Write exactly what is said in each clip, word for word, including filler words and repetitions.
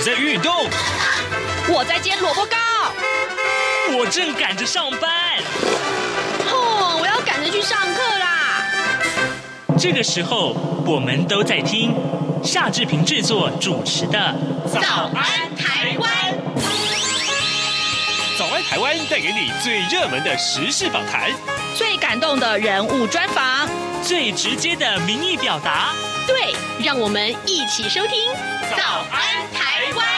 在运动， 我在煎萝卜糕， 我正赶着上班。 哦，我要赶着去上课啦。 这个时候，我们都在听夏志平制作主持的《 早安台湾》。 早安台湾带给你最热门的时事访谈， 最感动的人物专访， 最直接的民意表达。 对，让我们一起收听《早安台湾》。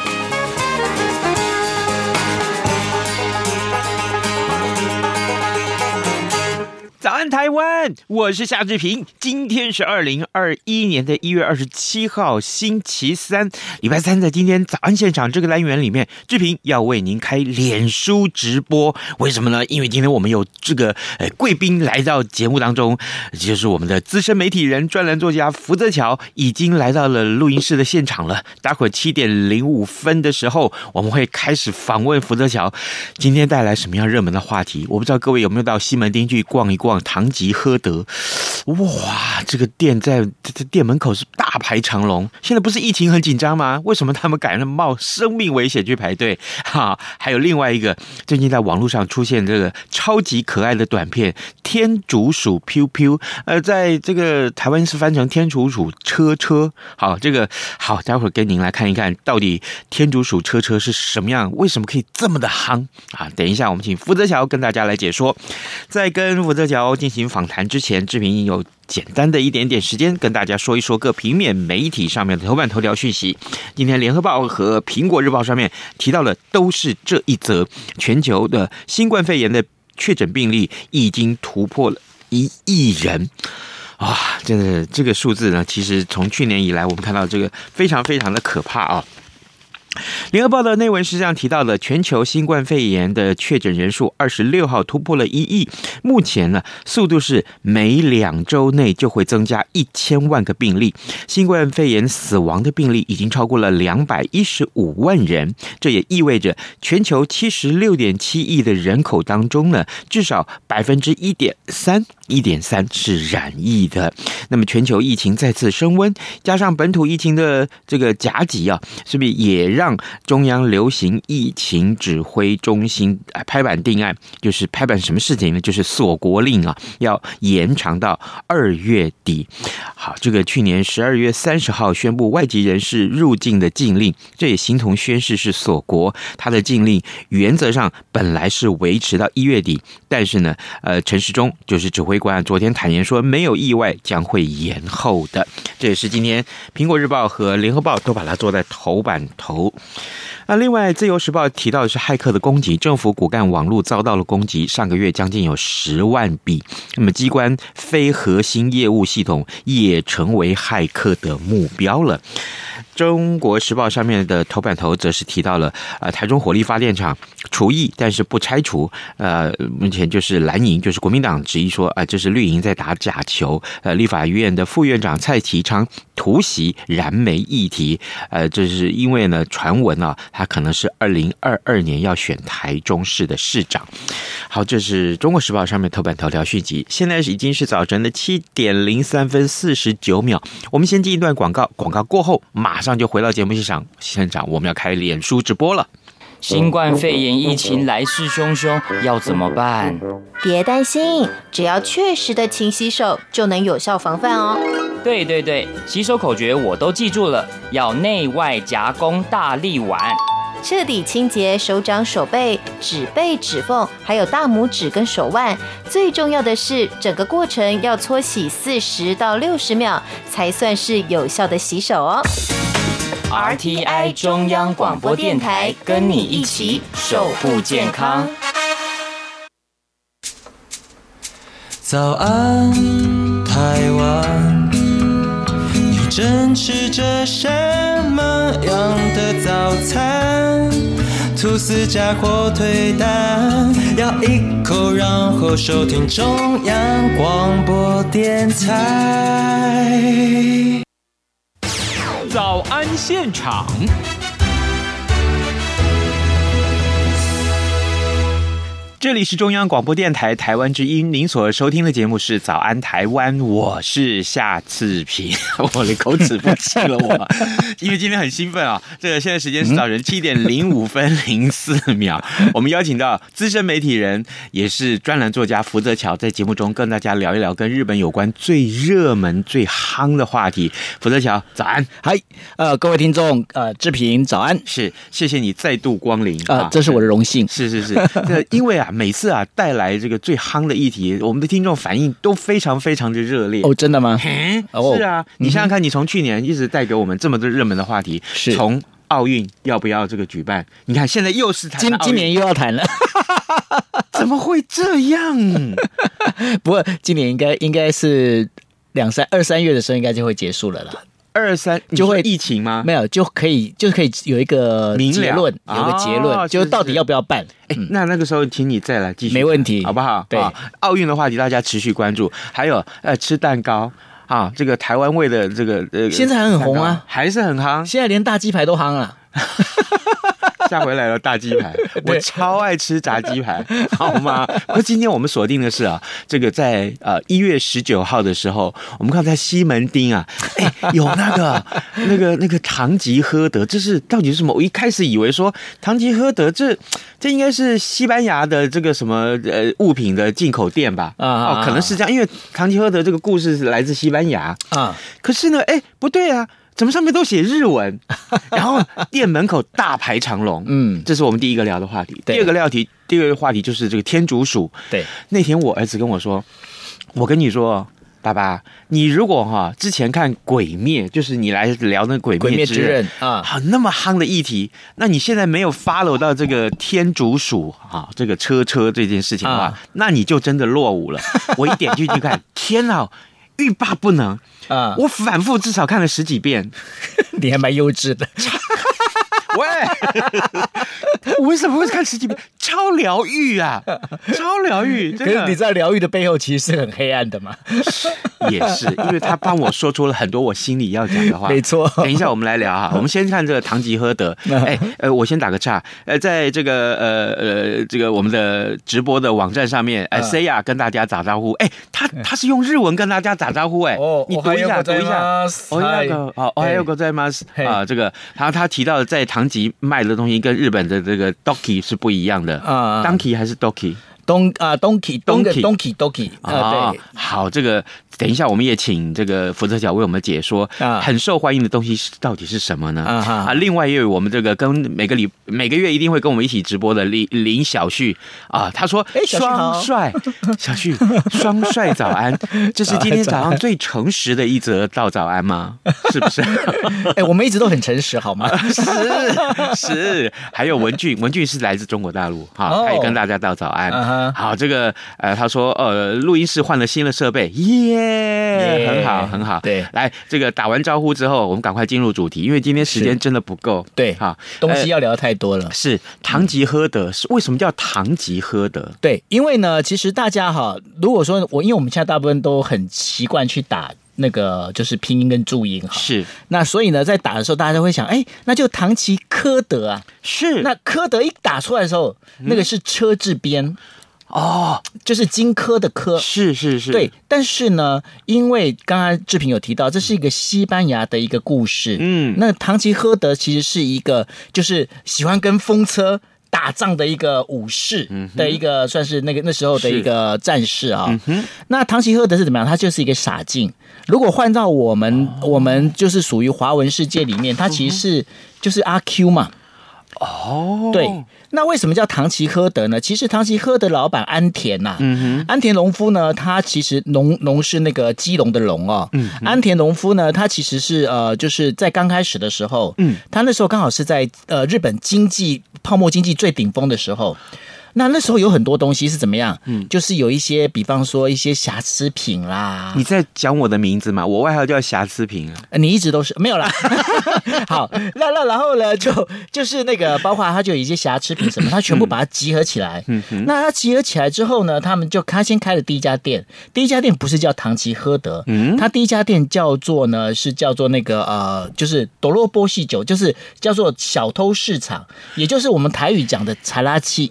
早安台湾，我是夏志平。今天是二零二一年的一月二十七号，星期三，礼拜三。在今天早安现场这个单元里面，志平要为您开脸书直播。为什么呢？因为今天我们有这个呃贵宾来到节目当中，就是我们的资深媒体人、专栏作家福泽桥已经来到了录音室的现场了。待会儿七点零五分的时候，我们会开始访问福泽桥。今天带来什么样热门的话题？我不知道各位有没有到西门町去逛一逛。唐吉诃德，哇，这个店在这店门口是大排长龙。现在不是疫情很紧张吗？为什么他们敢冒生命危险去排队？哈，还有另外一个，最近在网络上出现这个超级可爱的短片《天竺鼠 Q Q》，呃，在这个台湾是翻成天竺鼠车车。好，这个好，待会儿跟您来看一看，到底天竺鼠车车是什么样？为什么可以这么的夯啊？等一下，我们请福泽桥跟大家来解说。在跟福泽桥进行访谈之前，志平有简单的一点点时间跟大家说一说各平面媒体上面的头版头条讯息。今天联合报和苹果日报上面提到的都是这一则，全球的新冠肺炎的确诊病例已经突破了一亿人。啊，真的这个数字呢，其实从去年以来我们看到这个非常非常的可怕啊。联合报的内文是这样提到的：全球新冠肺炎的确诊人数二十六号突破了一亿，目前呢，速度是每两周内就会增加一千万个病例。新冠肺炎死亡的病例已经超过了两百一十五万人，这也意味着全球七十六点七亿的人口当中呢，至少百分之一点三。一点三是染疫的。那么全球疫情再次升温，加上本土疫情的这个夹击啊，是不是也让中央流行疫情指挥中心拍板定案？就是拍板什么事情呢？就是锁国令啊，要延长到二月底。好，这个去年十二月三十号宣布外籍人士入境的禁令，这也形同宣示是锁国。它的禁令原则上本来是维持到一月底，但是呢，呃，陈时中就是指挥官昨天坦言说，没有意外将会延后的。这也是今天苹果日报和联合报都把它做在头版头。那另外自由时报提到的是骇客的攻击，政府骨干网络遭到了攻击，上个月将近有十万笔。那么机关非核心业务系统也成为骇客的目标了。中国时报上面的头版头则是提到了呃台中火力发电厂除役，但是不拆除。呃，目前就是蓝营，就是国民党质疑说，啊、呃，这是绿营在打假球。呃，立法院的副院长蔡其昌突袭燃煤议题，呃，这是因为呢传闻啊，他可能是二零二二年要选台中市的市长。好，这是中国时报上面头版头条讯息。现在已经是早晨的七点零三分四十九秒，我们先进一段广告，广告过后马上就回到节目现场，现场我们要开脸书直播了。 新冠肺炎疫情来势汹汹，要怎么办？ 别担心，只要确实的勤洗手，就能有效防范哦。 对对对，洗手口诀我都记住了，要内外夹攻大力碗， 彻底清洁手掌、手背、指背、指缝，还有大拇指跟手腕。最重要的是，整个过程要搓洗四十到六十秒，才算是有效的洗手哦。 R T I 中央广播电台，跟你一起守护健康。 早安，台湾，你正吃着什么样的早餐？吐司加火腿蛋，咬一口，然后收听中央广播电台。 早安现场， 这里是中央广播电台台湾之音，您所收听的节目是早安台湾，我是夏志平。我的口齿不清了我因为今天很兴奋啊！这个现在时间是早晨七点零五分零四秒，我们邀请到资深媒体人，也是专栏作家福泽桥，在节目中跟大家聊一聊跟日本有关最热门、最夯的话题。福泽桥，早安！ 嗨，呃，各位听众，呃，志平早安， 是谢谢你再度光临啊、呃，这是我的荣幸。 是是是，因为啊，每次啊带来这个最夯的议题，我们的听众反应都非常非常的热烈。 哦，真的吗？ 哦，是啊，你想想看，你从去年一直带给我们这么多热门的话题， 是从奥运要不要这个举办？你看现在又是谈今今年又要谈了， 怎么会这样？ 不过今年应该应该是两三二三月的时候，应该就会结束了啦。 二三就会疫情吗？ 没有，就可以就可以有一个结论，有个结论，哦、就到底要不要办？ 哎、嗯，那那个时候请你再来继续， 没问题， 好不好？ 对， 奥运的话题大家持续关注，还有呃吃蛋糕啊，这个台湾味的这个呃， 现在还很红啊， 还是很夯， 现在连大鸡排都夯了。 下回来了大鸡排，我超爱吃炸鸡排，好吗？不过今天我们锁定的是啊，这个在呃一月十九号的时候，我们看在西门町啊，哎有那个那个那个唐吉诃德，这是到底是什么？我一开始以为说唐吉诃德这这应该是西班牙的这个什么呃物品的进口店吧？啊哦，可能是这样，因为唐吉诃德这个故事是来自西班牙啊。可是呢，哎不对啊。怎么上面都写日文？然后店门口大排长龙，嗯，这是我们第一个聊的话题。第二个聊题，第二个话题就是这个天竺鼠。 对， 那天我儿子跟我说，我跟你说，爸爸，你如果哈之前看《鬼灭》，就是你来聊那《鬼灭之刃》啊，好那么夯的议题，那你现在没有 follow 到这个天竺鼠啊，这个车车这件事情的话，啊、那你就真的落伍了。我一点进去看，天啊！欲罢不能啊！我反复至少看了十几遍， 你还蛮优质的。 喂，我为什么会看十几遍？超疗愈啊，超疗愈！ 可是你知道疗愈的背后其实是很黑暗的吗？ 也是，因为他帮我说出了很多我心里要讲的话。 没错。 等一下我们来聊哈，我们先看这个唐吉诃德。哎，呃，我先打个岔，呃，在这个呃呃这个我们的直播的网站上面，哎 ，Saya 跟大家打招呼。哎，他他是用日文跟大家打招呼，哎，哦，你读一下，读一下。哦，那个，哦，哦，还有个在吗？啊，这个他他提到的在唐吉卖的东西跟日本的这个 Donkey 是不一样的啊 ，Donkey 还是 Donkey？ 东啊 ，Donkey Donkey Donkey Donkey 啊，对， 好，这个等一下我们也请这个福泽角为我们解说啊，很受欢迎的东西到底是什么呢？啊啊，另外也有我们这个跟每个礼每个月一定会跟我们一起直播的林林小旭啊，他说双帅小旭双帅早安，这是今天早上最诚实的一则道早安吗？是不是？ 哎，我们一直都很诚实，好吗？ 是是，还有文俊，文俊是来自中国大陆哈，他也跟大家道早安。好，这个呃，他说呃，录音室换了新的设备，耶，很好，很好。 对， 来，这个打完招呼之后，我们赶快进入主题，因为今天时间真的不够。 对，好，东西要聊太多了。呃、 是唐吉诃德，是为什么叫唐吉诃德？ 对，因为呢，其实大家哈，如果说我，因为我们现在大部分都很习惯去打。那个就是拼音跟注音哈， 是那所以呢，在打的时候，大家都会想，哎，那就唐吉诃德啊， 是那科德一打出来的时候，嗯、那个是车字边哦，就是荆轲的轲， 是是是， 对。但是呢，因为刚刚志平有提到，这是一个西班牙的一个故事，嗯，那唐吉诃德其实是一个就是喜欢跟风车打仗的一个武士的一个，算是那个那时候的一个战士啊。嗯、那唐吉诃德是怎么样？他就是一个傻劲。如果换到我们，哦、我们就是属于华文世界里面，他其实是就是阿 Q 嘛。哦，对。那为什么叫唐吉诃德呢？其实唐吉诃德老板安田呐、啊，嗯、安田农夫呢，他其实农农是那个基隆的隆哦。嗯、安田农夫呢，他其实是呃，就是在刚开始的时候，嗯，他那时候刚好是在呃日本经济泡沫经济最顶峰的时候。那那时候有很多东西是怎么样？嗯，就是有一些，比方说一些瑕疵品啦。 你在讲我的名字吗？我外号叫瑕疵品啊。 你一直都是没有啦。好，那那然后呢，就就是那个，包括它就有一些瑕疵品什么，它全部把它集合起来。嗯嗯。那它集合起来之后呢，他们就他先开了第一家店，第一家店不是叫唐吉诃德，嗯，他第一家店叫做呢是叫做那个呃，就是斗罗波西酒，就是叫做小偷市场，也就是我们台语讲的查拉契。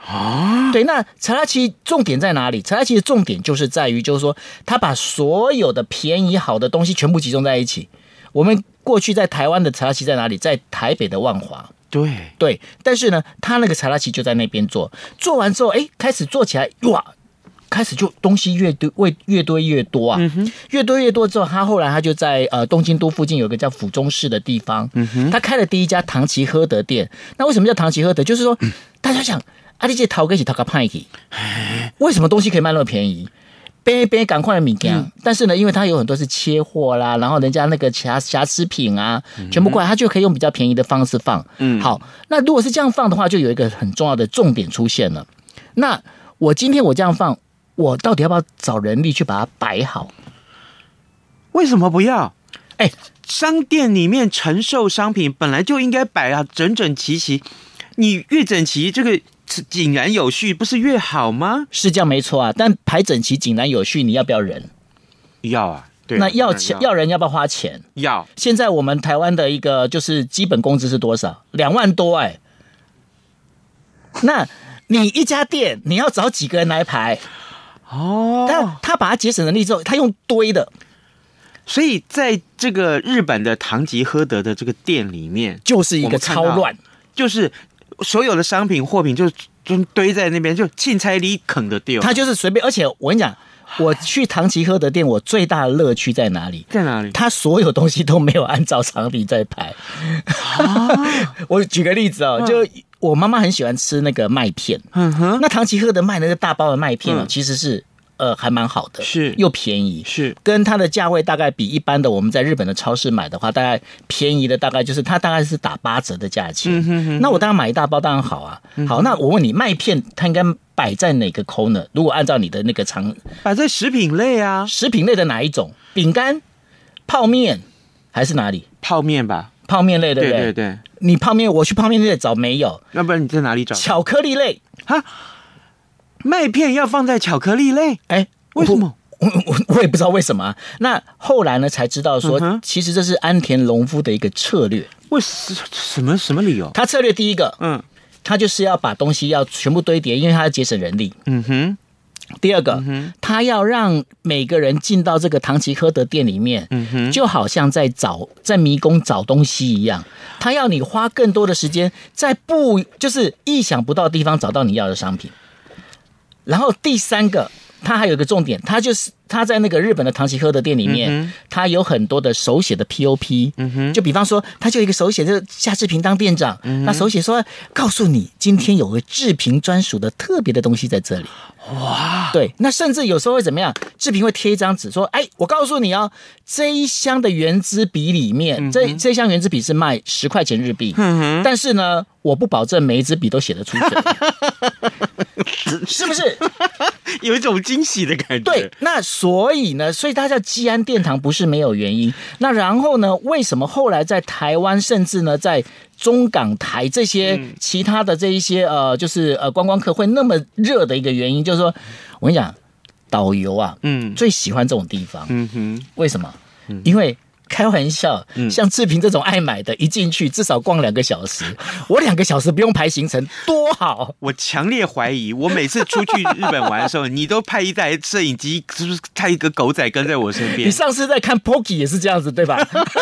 啊，对，那查拉奇重点在哪里？查拉奇的重点就是在于，就是说，他把所有的便宜好的东西全部集中在一起。我们过去在台湾的查拉奇在哪里？在台北的万华。 对对，但是呢，他那个查拉奇就在那边做，做完之后，哎，开始做起来，哇，开始就东西越堆越越堆越多啊，嗯、越堆越多之后，他后来他就在呃东京都附近有个叫府中市的地方，嗯、他开了第一家唐吉诃德店。那为什么叫唐吉诃德？就是说，嗯、大家想，啊，你这淘给是淘个派去，为什么东西可以卖那么便宜？杯杯赶快的米干，但是呢，因为它有很多是切货啦，然后人家那个瑕瑕疵品啊，全部过来，它就可以用比较便宜的方式放。嗯，好，那如果是这样放的话，就有一个很重要的重点出现了。那我今天我这样放，我到底要不要找人力去把它摆好？ 为什么不要？ 哎， 商店里面陈售商品本来就应该摆啊整整齐齐，你越整齐，这个井然有序，不是越好吗？ 是这样没错啊，但排整齐、井然有序，你要不要人？ 要啊，对。 那要钱要人要不要花钱？ 要。 现在我们台湾的一个就是基本工资是多少？两万多哎、欸。那你一家店你要找几个人来排？哦，他他把它节省能力之后，他用堆的。 所以在这个日本的唐吉诃德的这个店里面， 就是一个超乱， 就是所有的商品货品就就堆在那边，就钦差里啃的丢。 他就是随便，而且我跟你讲，我去唐吉诃德店，我最大的乐趣在哪里？ 在哪里？ 他所有东西都没有按照常理在排。啊、我举个例子哦，就我妈妈很喜欢吃那个麦片，嗯哼，那唐吉诃德卖那个大包的麦片哦，嗯、其实是。呃，还蛮好的， 是又便宜，是跟它的价位大概比一般的我们在日本的超市买的话，大概便宜的大概就是它大概是打八折的价钱。嗯、哼哼那我当然买一大包当然好啊。嗯、好，那我问你，麦片它应该摆在哪个 corner？ 如果按照你的那个常摆在食品类啊， 食品类的哪一种？饼干、泡面还是哪里？ 泡面吧， 泡面类对不对？ 对对对。 你泡面，我去泡面类找没有？ 要不然你在哪里找？ 巧克力类哈。麦片要放在巧克力类， 哎， 为什么？ 我我我也不知道为什么、啊。那后来呢，才知道说，嗯、其实这是安田农夫的一个策略。 为什么什么理由？ 他策略第一个，嗯，他就是要把东西要全部堆叠，因为他要节省人力。嗯哼。第二个，嗯、他要让每个人进到这个唐吉诃德店里面，嗯哼，就好像在找在迷宫找东西一样。他要你花更多的时间，在不就是意想不到的地方找到你要的商品。然后第三个，他还有一个重点，他就是他在那个日本的唐吉诃德店里面，嗯、他有很多的手写的 P O P，嗯、就比方说，他就有一个手写，就是夏志平当店长，嗯、那手写说，告诉你今天有个志平专属的特别的东西在这里。哇，对，那甚至有时候会怎么样？志平会贴一张纸说，哎，我告诉你哦，这一箱的原子笔里面，嗯、这这一箱原子笔是卖十块钱日币，嗯、但是呢，我不保证每一支笔都写得出水。是不是有一种惊喜的感觉？ 对，那所以呢，所以它叫基安殿堂不是没有原因。那然后呢，为什么后来在台湾，甚至呢在中港台这些其他的这一些呃，就是呃观光客会那么热的一个原因，就是说，我跟你讲，导游啊，嗯，最喜欢这种地方，嗯哼，为什么？嗯、因为。开玩笑，像志平这种爱买的，一进去至少逛两个小时，我两个小时不用排行程，多好！ 我强烈怀疑，我每次出去日本玩的时候，你都派一台摄影机，是不是派一个狗仔跟在我身边？ 你上次在看 Pocky 也是这样子，对吧？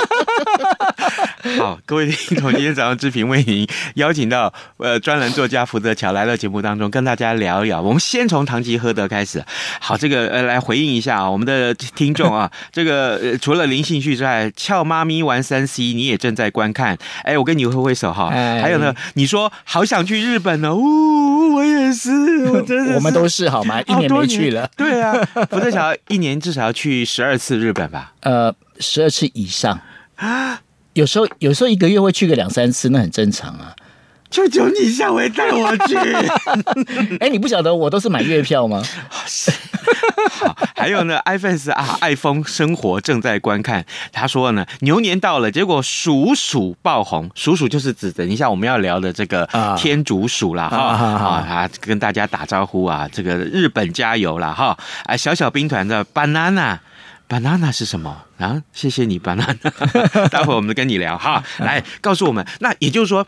好，各位听众，今天早上志平为您邀请到呃专栏作家福泽桥来到节目当中，跟大家聊一聊。我们先从唐吉诃德开始。好，这个呃来回应一下啊，我们的听众啊，这个、呃、除了林兴趣之外。俏妈咪玩三 C， 你也正在观看。哎，我跟你挥挥手哈。哎、还有呢，你说好想去日本呢，呜，我也是，我真的是， 我们都是好吗？一年没去了。 对啊，福泽桥一年至少要去十二次日本吧？ 呃，十二次以上啊，有时候有时候一个月会去个两三次，那很正常啊。 求求你下回带我去。 哎，你不晓得我都是买月票吗？ 好，还有呢 ，iPhone 啊，爱疯生活正在观看。他说呢，牛年到了，结果鼠鼠爆红，鼠鼠就是指等一下我们要聊的这个天竺鼠啦，哈啊，啊，跟大家打招呼啊，这个日本加油啦，哈，啊，小小兵团的 banana。banana 是什么啊？谢谢你 banana， 待会我们跟你聊哈。来告诉我们，那也就是说，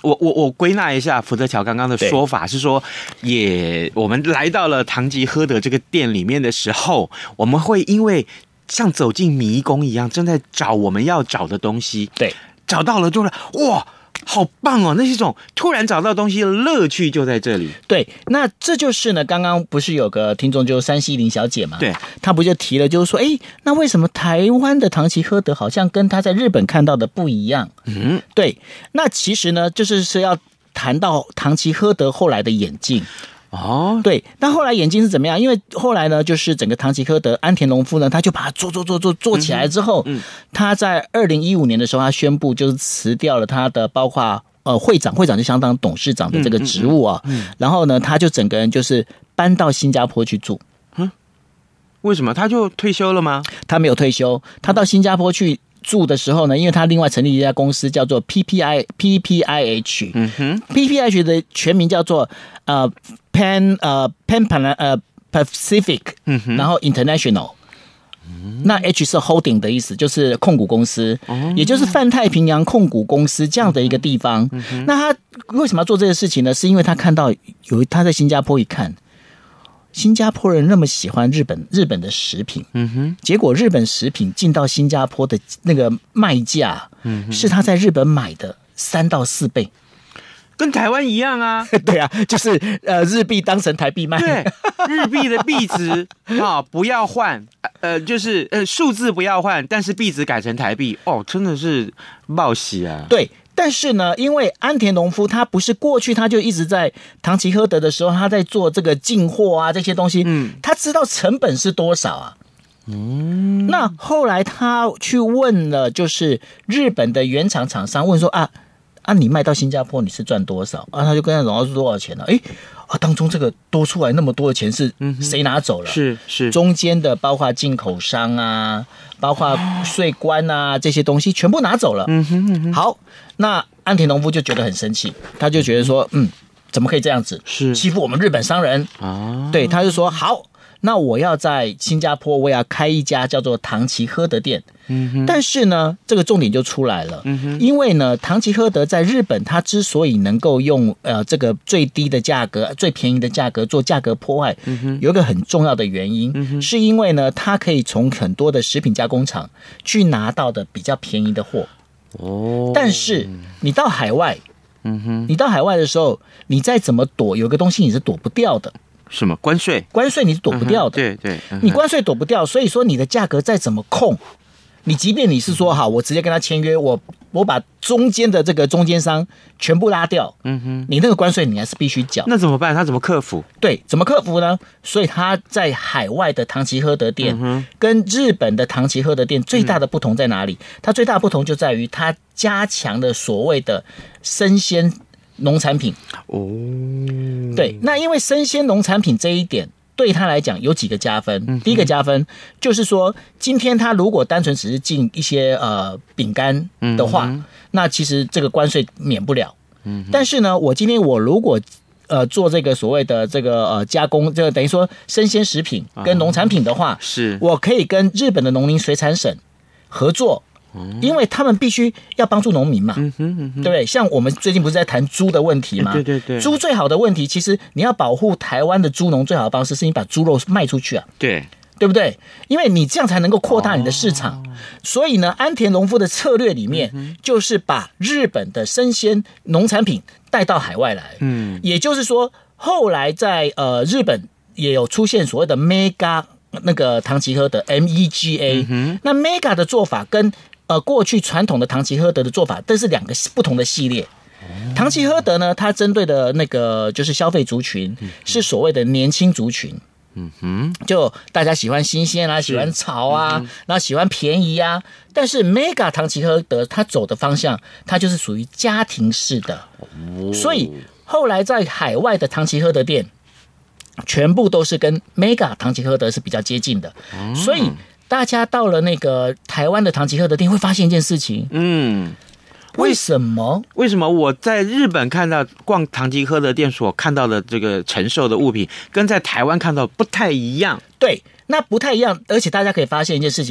我我我归纳一下福德桥刚刚的说法是说，也我们来到了唐吉诃德这个店里面的时候，我们会因为像走进迷宫一样，正在找我们要找的东西， 对， 找到了就是哇。好棒哦！那是一种突然找到东西的乐趣就在这里。 对，那这就是呢，刚刚不是有个听众就是山西林小姐嘛？ 对， 她不就提了，就是说，哎，那为什么台湾的唐吉诃德好像跟她在日本看到的不一样？嗯，对，那其实呢，就是是要谈到唐吉诃德后来的演进。哦，对，那后来演进是怎么样？因为后来呢，就是整个唐吉诃德安田农夫呢，他就把它做做做做做起来之后，嗯嗯、他在二零一五年的时候，他宣布就是辞掉了他的包括呃会长，会长就相当董事长的这个职务啊。嗯嗯嗯、然后呢，他就整个人就是搬到新加坡去住。 嗯，为什么？他就退休了吗？ 他没有退休，他到新加坡去住的时候呢，因为他另外成立一家公司叫做 P P I P P I H， 嗯哼 ，P P I H 的全名叫做呃 Pan 呃 Pan Pan 呃 Pacific， 嗯哼，然后 International，嗯、那 H 是 Holding 的意思，就是控股公司，哦、也就是泛太平洋控股公司这样的一个地方。嗯、那他为什么要做这个事情呢？是因为他看到有他在新加坡一看。新加坡人那么喜欢日本日本的食品，嗯哼，结果日本食品进到新加坡的那个卖价，嗯，是他在日本买的三到四倍， 跟台湾一样啊。 对啊，就是呃日币当成台币卖， 对，日币的币值啊、哦、不要换，呃就是呃数字不要换，但是币值改成台币，哦，真的是冒喜啊。 对。但是呢，因为安田农夫他不是过去他就一直在唐吉诃德的时候，他在做这个进货啊这些东西，嗯，他知道成本是多少啊。嗯，那后来他去问了，就是日本的原厂厂商，问说啊啊，你卖到新加坡你是赚多少啊？他就跟他讲是多少钱呢、啊？哎啊，当中这个多出来那么多的钱是谁拿走了？ 是是， 中间的包括进口商啊，包括税关啊这些东西全部拿走了。嗯哼嗯哼，好。那安田农夫就觉得很生气，他就觉得说，嗯，怎么可以这样子，是欺负我们日本商人啊？对，他就说好，那我要在新加坡，我也要开一家叫做唐吉诃德店。嗯哼，但是呢，这个重点就出来了，嗯哼，因为呢，唐吉诃德在日本，它之所以能够用呃这个最低的价格、最便宜的价格做价格破坏，嗯哼，有一个很重要的原因，嗯哼，是因为呢，它可以从很多的食品加工厂去拿到的比较便宜的货。哦，但是你到海外，嗯哼，你到海外的时候，你再怎么躲，有个东西你是躲不掉的。 什么？关税？ 关税你是躲不掉的。 嗯、对对，嗯、 你关税躲不掉，所以说你的价格再怎么控，你即便你是说好，我直接跟他签约，我我把中间的这个中间商全部拉掉，嗯哼，你那个关税你还是必须缴。 那怎么办？他怎么克服？ 对，怎么克服呢？所以他在海外的唐吉诃德店、嗯、跟日本的唐吉诃德店最大的不同在哪里？它、嗯、最大的不同就在于它加强了所谓的生鲜农产品。哦，对，那因为生鲜农产品这一点对他来讲有几个加分。嗯、第一个加分就是说，今天他如果单纯只是进一些呃饼干的话、嗯，那其实这个关税免不了。嗯，但是呢，我今天我如果呃做这个所谓的这个呃加工，这个等于说生鲜食品跟农产品的话，啊、是我可以跟日本的农林水产省合作。因为他们必须要帮助农民嘛，嗯哼嗯哼，对不对？像我们最近不是在谈猪的问题吗？对对对，猪最好的问题，其实你要保护台湾的猪农，最好的方式是你把猪肉卖出去啊，对对不对？因为你这样才能够扩大你的市场。哦、所以呢，安田农夫的策略里面、嗯、就是把日本的生鲜农产品带到海外来，嗯，也就是说，后来在呃日本也有出现所谓的 Mega 那个唐吉诃德 M E G A，、嗯、那 Mega 的做法跟呃，过去传统的唐吉诃德的做法，这是两个不同的系列。唐吉诃德呢，它针对的那个就是消费族群，是所谓的年轻族群。嗯哼，就大家喜欢新鲜啊，喜欢潮啊，嗯、然后喜欢便宜啊。但是 Mega 唐吉诃德它走的方向，它就是属于家庭式的。哦、所以后来在海外的唐吉诃德店，全部都是跟 Mega 唐吉诃德是比较接近的。哦、所以大家到了那个台湾的唐吉诃德店，会发现一件事情，嗯，为什么？ 为什么我在日本看到逛唐吉诃德店所看到的这个承受的物品，跟在台湾看到不太一样？ 对，那不太一样，而且大家可以发现一件事情，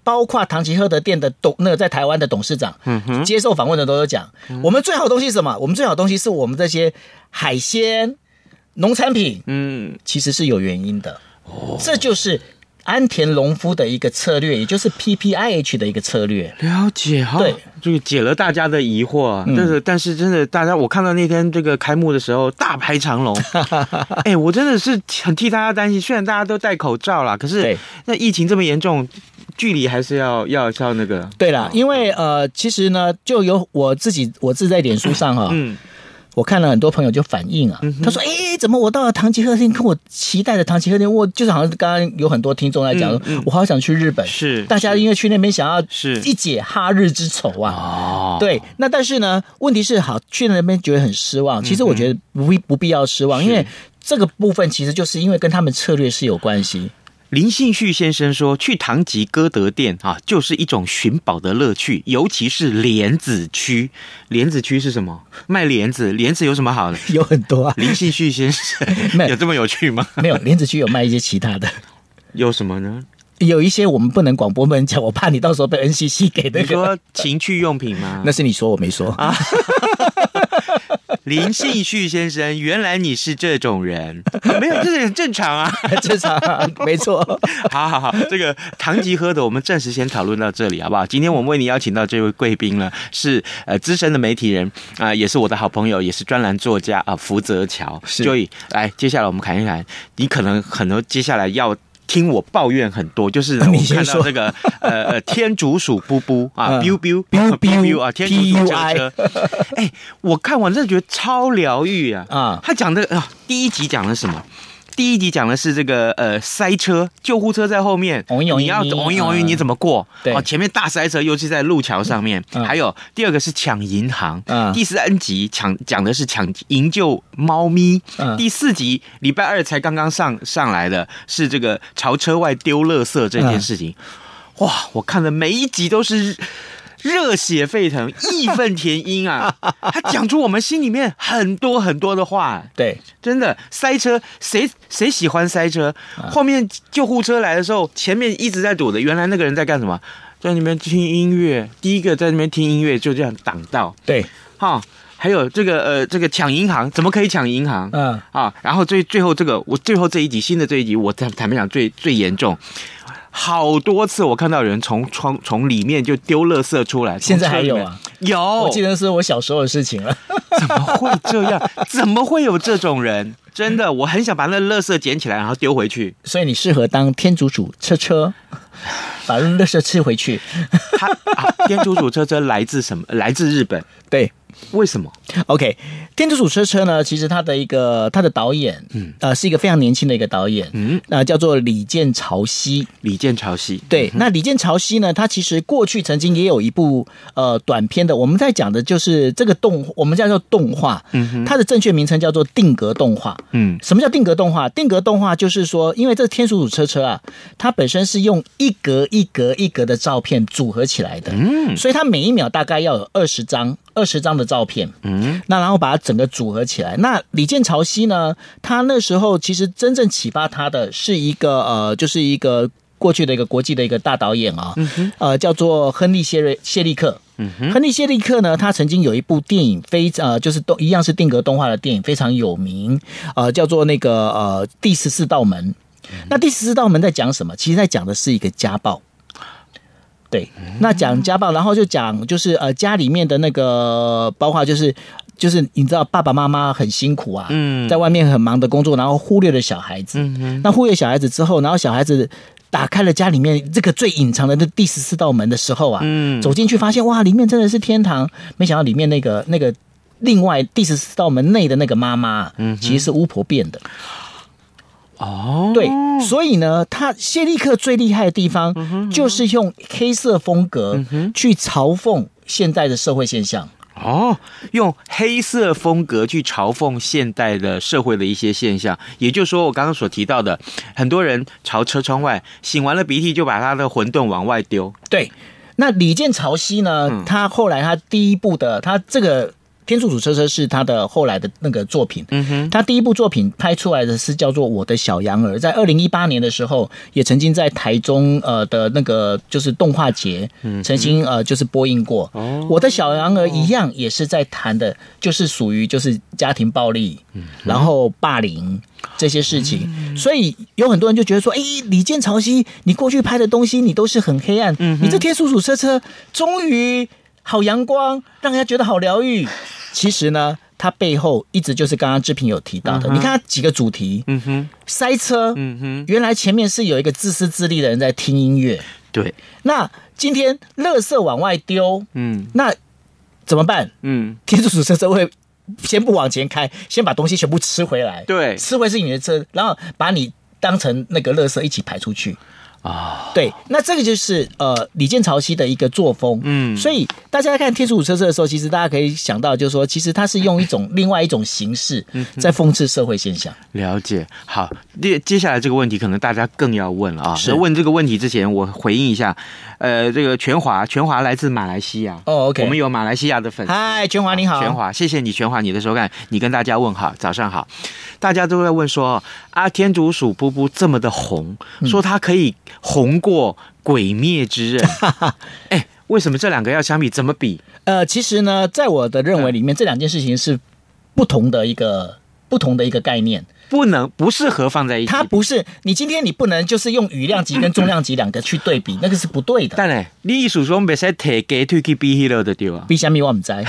包括唐吉诃德店的董那个在台湾的董事长，嗯哼，接受访问的都有讲，嗯、我们最好的东西是什么？我们最好的东西是我们这些海鲜、农产品，嗯，其实是有原因的，哦，这就是安田农夫的一个策略，也就是 P P I H 的一个策略。 了解哈，对，这个解了大家的疑惑。但是、嗯，但是真的，大家我看到那天这个开幕的时候，大排长龙。哎、欸，我真的是很替大家担心。虽然大家都戴口罩啦，可是那疫情这么严重，距离还是要要要那个。 对啦，因为呃，其实呢，就有我自己，我自己在脸书上哈，嗯。我看了很多朋友就反映啊，嗯、他说：“哎、欸，怎么我到了唐吉诃德店，跟我期待的唐吉诃德店，我就是好像刚刚有很多听众在讲说，嗯嗯、我好想去日本。是，大家因为去那边想要是一解哈日之仇啊。哦，对，那但是呢，问题是好去那边觉得很失望。其实我觉得不必不必要失望，因为这个部分其实就是因为跟他们策略是有关系。” 林信旭先生说：“去唐吉诃德店啊，就是一种寻宝的乐趣，尤其是莲子区。莲子区是什么？卖莲子，莲子有什么好的？ 有很多啊。” 林信旭先生有这么有趣吗？ 没有，莲子区有卖一些其他的。 有什么呢？ 有一些我们不能广播不能讲，我怕你到时候被 N C C 给那个。 你说情趣用品吗？ 那是你说，我没说啊。 林信旭先生，原来你是这种人，啊、没有，这是很正常啊， 正常、啊，没错。 好好好，这个唐吉诃德，我们暂时先讨论到这里，好不好？今天我们为你邀请到这位贵宾呢，是呃资深的媒体人啊、呃，也是我的好朋友，也是专栏作家啊，福泽乔。所以来，接下来我们谈一谈，你可能很多接下来要。听我抱怨很多，就是我们看到这个呃呃天竺鼠布布啊 ，biu biu biu biu 啊，天竺鼠车车，哎，我看完真的觉得超疗愈啊！啊，他讲的啊，第一集讲的什么？第一集讲的是这个呃塞车，救护车在后面，你要哦一哦一你怎么过？哦，前面大塞车，尤其在路桥上面。嗯、还有第二个是抢银行，嗯、第三集抢讲的是抢营救猫咪。嗯、第四集礼拜二才刚刚上上来的是这个朝车外丢垃圾这件事情。嗯、哇，我看的每一集都是。热血沸腾，义愤填膺啊！他讲出我们心里面很多很多的话。 对， 真的塞车，谁谁喜欢塞车？后面救护车来的时候，前面一直在堵的，原来那个人在干什么？在那边听音乐。第一个在那边听音乐，就这样挡道。 对， 哈。还有这个呃，这个抢银行怎么可以抢银行？嗯啊，然后最最后这个我最后这一集新的这一集，我坦坦白讲最最严重。好多次我看到有人从窗从里面就丢垃圾出来， 现在还有啊？ 有， 我记得是我小时候的事情了。 怎么会这样？怎么会有这种人？真的，我很想把那垃圾捡起来，然后丢回去。 所以你适合当天竺鼠车车，把垃圾吃回去。 他啊，天竺鼠车车来自什么？来自日本。 对。 为什么 ？OK， 天竺鼠车车呢？其实他的一个他的导演，嗯，呃，是一个非常年轻的一个导演，嗯，那、呃、叫做李健潮汐。 李健潮汐， 对，嗯、那李健潮汐呢？他其实过去曾经也有一部呃短片的，我们在讲的就是这个动，我们叫做动画，嗯哼，它的正确名称叫做定格动画，嗯，什么叫定格动画？定格动画就是说，因为这天竺鼠车车啊，它本身是用一格一格一格的照片组合起来的，嗯，所以它每一秒大概要有二十张。二十张的照片，嗯，那然后把它整个组合起来。那李健潮汐呢？他那时候其实真正启发他的是一个呃，就是一个过去的一个国际的一个大导演啊，嗯、呃，叫做亨利谢瑞谢利克。嗯、亨利谢利克呢，他曾经有一部电影非呃，就是都一样是定格动画的电影，非常有名，呃，叫做那个呃第十四道门。嗯、那第十四道门在讲什么？其实在讲的是一个家暴。对，那讲家暴，然后就讲就是呃家里面的那个，包括就是就是你知道爸爸妈妈很辛苦啊，嗯，在外面很忙的工作，然后忽略了小孩子，嗯，那忽略小孩子之后，然后小孩子打开了家里面这个最隐藏的那第十四道门的时候啊，嗯，走进去发现哇，里面真的是天堂，没想到里面那个那个另外第十四道门内的那个妈妈，嗯，其实是巫婆变的。哦，对，所以呢，他谢利克最厉害的地方就是用黑色风格去嘲讽现在的社会现象。 哦，用黑色风格去嘲讽现代的社会的一些现象，也就是说，我刚刚所提到的，很多人朝车窗外擤完了鼻涕，就把他的馄饨往外丢。 对，那李健潮汐呢，嗯、他后来他第一部的他这个。 天竺鼠车车是他的后来的那个作品， 嗯哼， 他第一部作品拍出来的是叫做《我的小羊儿》，在二零一八年的时候，也曾经在台中呃的那个就是动画节，曾经呃就是播映过。哦，我的小羊儿一样也是在谈的，就是属于就是家庭暴力，然后霸凌这些事情，所以有很多人就觉得说，哎，李健潮汐，你过去拍的东西你都是很黑暗，你这天竺鼠车车终于好阳光，让人家觉得好疗愈。其实呢，它背后一直就是刚刚志平有提到的，嗯、你看它几个主题，嗯哼，塞车，嗯哼，原来前面是有一个自私自利的人在听音乐， 对， 那今天垃圾往外丢，嗯，那怎么办？嗯，天竺鼠车车会先不往前开，先把东西全部吃回来， 对， 吃回是你的车，然后把你当成那个垃圾一起排出去。啊，对，那这个就是呃李健潮汐的一个作风，嗯，所以大家在看天竺鼠车车的时候，其实大家可以想到，就是说，其实它是用一种另外一种形式在讽刺社会现象。了解，好，接接下来这个问题可能大家更要问了啊。是问这个问题之前，我回应一下，呃，这个全华，全华来自马来西亚， 哦 ，OK， 我们有马来西亚的粉丝， 嗨，全华你好， 全华，谢谢你，全华你的收看，你跟大家问好，早上好，大家都在问说啊，天竺鼠布布这么的红，说它可以红过鬼灭之刃，哎，为什么这两个要相比？怎么比？ 呃，其实呢，在我的认为里面，这两件事情是不同的一个不同的一个概念， 不能不适合放在一起。 它不是你今天你不能就是用羽量级跟重量级两个去对比，那个是不对的。 但呢，你意思说不使提鸡腿去比迄个的对吧？ 比什么我不知道。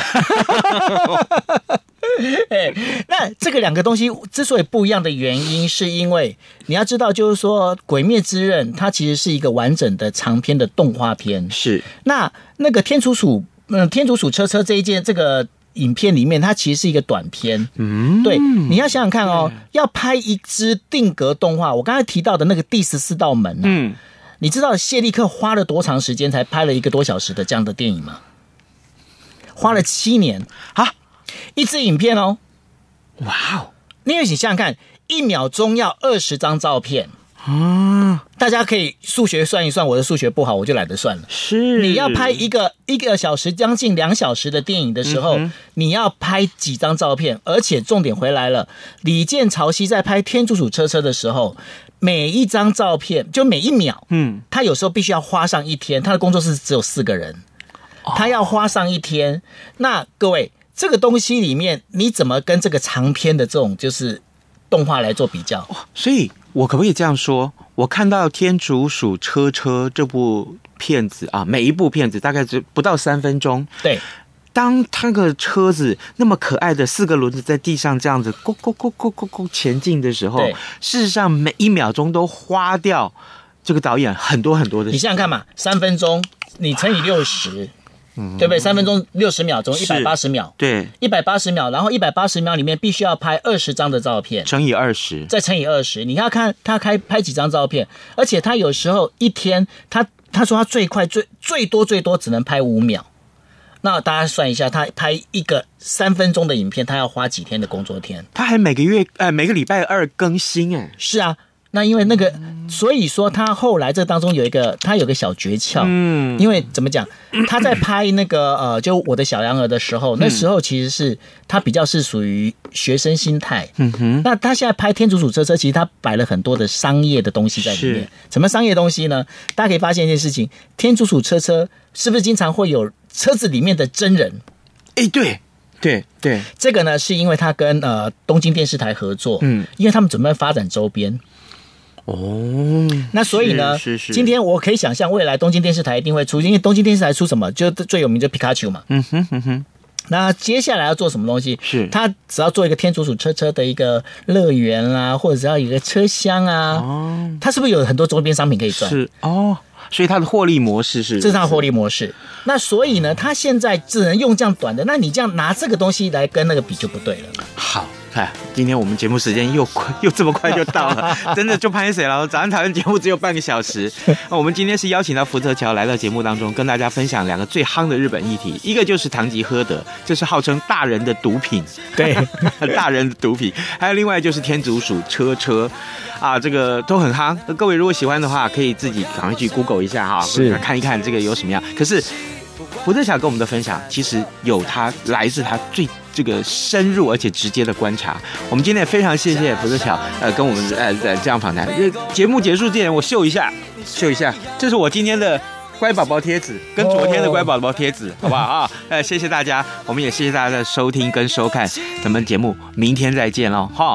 欸、那这个两个东西之所以不一样的原因，是因为你要知道，就是说《鬼灭之刃》它其实是一个完整的长篇的动画片。 是那那个天竺鼠，嗯，天竺鼠车车这一件这个影片里面，它其实是一个短片。嗯，对，你要想想看哦，要拍一支定格动画，我刚才提到的那个第十四道门、啊，嗯，你知道谢利克花了多长时间才拍了一个多小时的这样的电影吗？花了七年啊！一支影片哦，哇哦！你你想想看，一秒钟要二十张照片啊！大家可以数学算一算，我的数学不好，我就懒得算了。是，你要拍一个一个小时，将近两小时的电影的时候，嗯、你要拍几张照片？而且重点回来了，李健潮汐在拍《天竺鼠车车》的时候，每一张照片就每一秒，嗯，他有时候必须要花上一天，他的工作室只有四个人，他要花上一天。那各位。这个东西里面，你怎么跟这个长篇的这种就是动画来做比较？ 所以，我可不可以这样说？我看到《天竺鼠车车》这部片子啊，每一部片子大概只不到三分钟。 对， 当那个车子那么可爱的四个轮子在地上这样子咕咕咕咕咕咕前进的时候，事实上每一秒钟都花掉这个导演很多很多的时间。 你想想看嘛，三分钟你乘以六十。嗯、对不对？三分钟六十秒钟，一百八十秒， 对， 一百八十秒，然后一百八十秒里面必须要拍二十张的照片， 乘以二十， 再乘以二十，你要看他开拍几张照片，而且他有时候一天，他他说他最快最最多最多只能拍五秒，那大家算一下，他拍一个三分钟的影片，他要花几天的工作天？ 他还每个月呃每个礼拜二更新哎， 是啊。那因为那个，所以说他后来这当中有一个，他有个小诀窍，嗯，因为怎么讲，他在拍那个呃，就我的小羊儿的时候，那时候其实是他比较是属于学生心态，嗯哼。那他现在拍天竺鼠车车，其实他摆了很多的商业的东西在里面。什么商业东西呢？大家可以发现一件事情，天竺鼠车车是不是经常会有车子里面的真人？ 哎，对。对对， 这个呢是因为他跟呃东京电视台合作，嗯，因为他们准备发展周边。哦，那所以呢，是是是今天我可以想象，未来东京电视台一定会出，因为东京电视台出什么，就最有名就皮卡丘嘛。嗯哼嗯哼。那接下来要做什么东西？是他只要做一个天竺鼠车车的一个乐园啦，或者是要有一个车厢啊，哦，他是不是有很多周边商品可以赚？ 是哦。所以它的获利模式是， 这是它的获利模式。那所以呢，他现在只能用这样短的，那你这样拿这个东西来跟那个比就不对了。 好，看今天我们节目时间又快又这么快就到了，真的就拍谁了？早上台湾节目只有半个小时。我们今天是邀请到福特乔来到节目当中，跟大家分享两个最夯的日本议题，一个就是唐吉诃德，这是号称大人的毒品， 对， 大人的毒品。还有另外就是天竺鼠车车。啊，这个都很夯。各位如果喜欢的话，可以自己赶快去 Google 一下哈，是看一看这个有什么样。可是福特乔跟我们的分享，其实有他来自他最这个深入而且直接的观察。我们今天也非常谢谢福特乔呃跟我们呃这样访谈。节目结束之前，我秀一下秀一下，这是我今天的乖宝宝贴纸，跟昨天的乖宝宝贴纸，好不好啊？呃，谢谢大家，我们也谢谢大家的收听跟收看，咱们节目明天再见喽，哈。